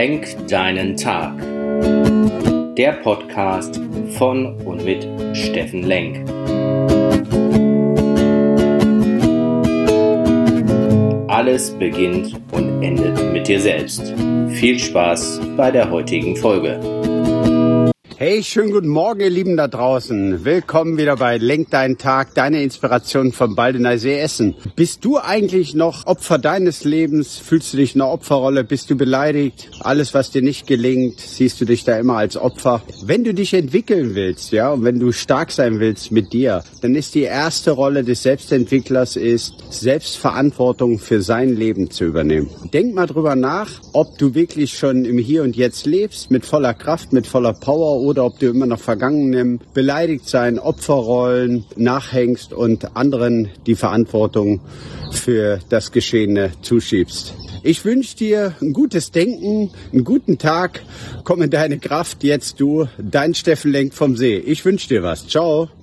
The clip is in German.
Lenk deinen Tag. Der Podcast von und mit Steffen Lenk. Alles beginnt und endet mit dir selbst. Viel Spaß bei der heutigen Folge. Hey, schönen guten Morgen, ihr Lieben da draußen. Willkommen wieder bei Lenk deinen Tag, deine Inspiration vom Baldeneysee Essen. Bist du eigentlich noch Opfer deines Lebens? Fühlst du dich in einer Opferrolle? Bist du beleidigt? Alles, was dir nicht gelingt, siehst du dich da immer als Opfer? Wenn du dich entwickeln willst, ja, und wenn du stark sein willst mit dir, dann ist die erste Rolle des Selbstentwicklers Selbstverantwortung für sein Leben zu übernehmen. Denk mal drüber nach, ob du wirklich schon im Hier und Jetzt lebst, mit voller Kraft, mit voller Power, oder ob du immer noch Vergangenem, beleidigt sein, Opferrollen nachhängst und anderen die Verantwortung für das Geschehene zuschiebst. Ich wünsche dir ein gutes Denken, einen guten Tag. Komm in deine Kraft, jetzt du, dein Steffen Lenk vom See. Ich wünsche dir was. Ciao.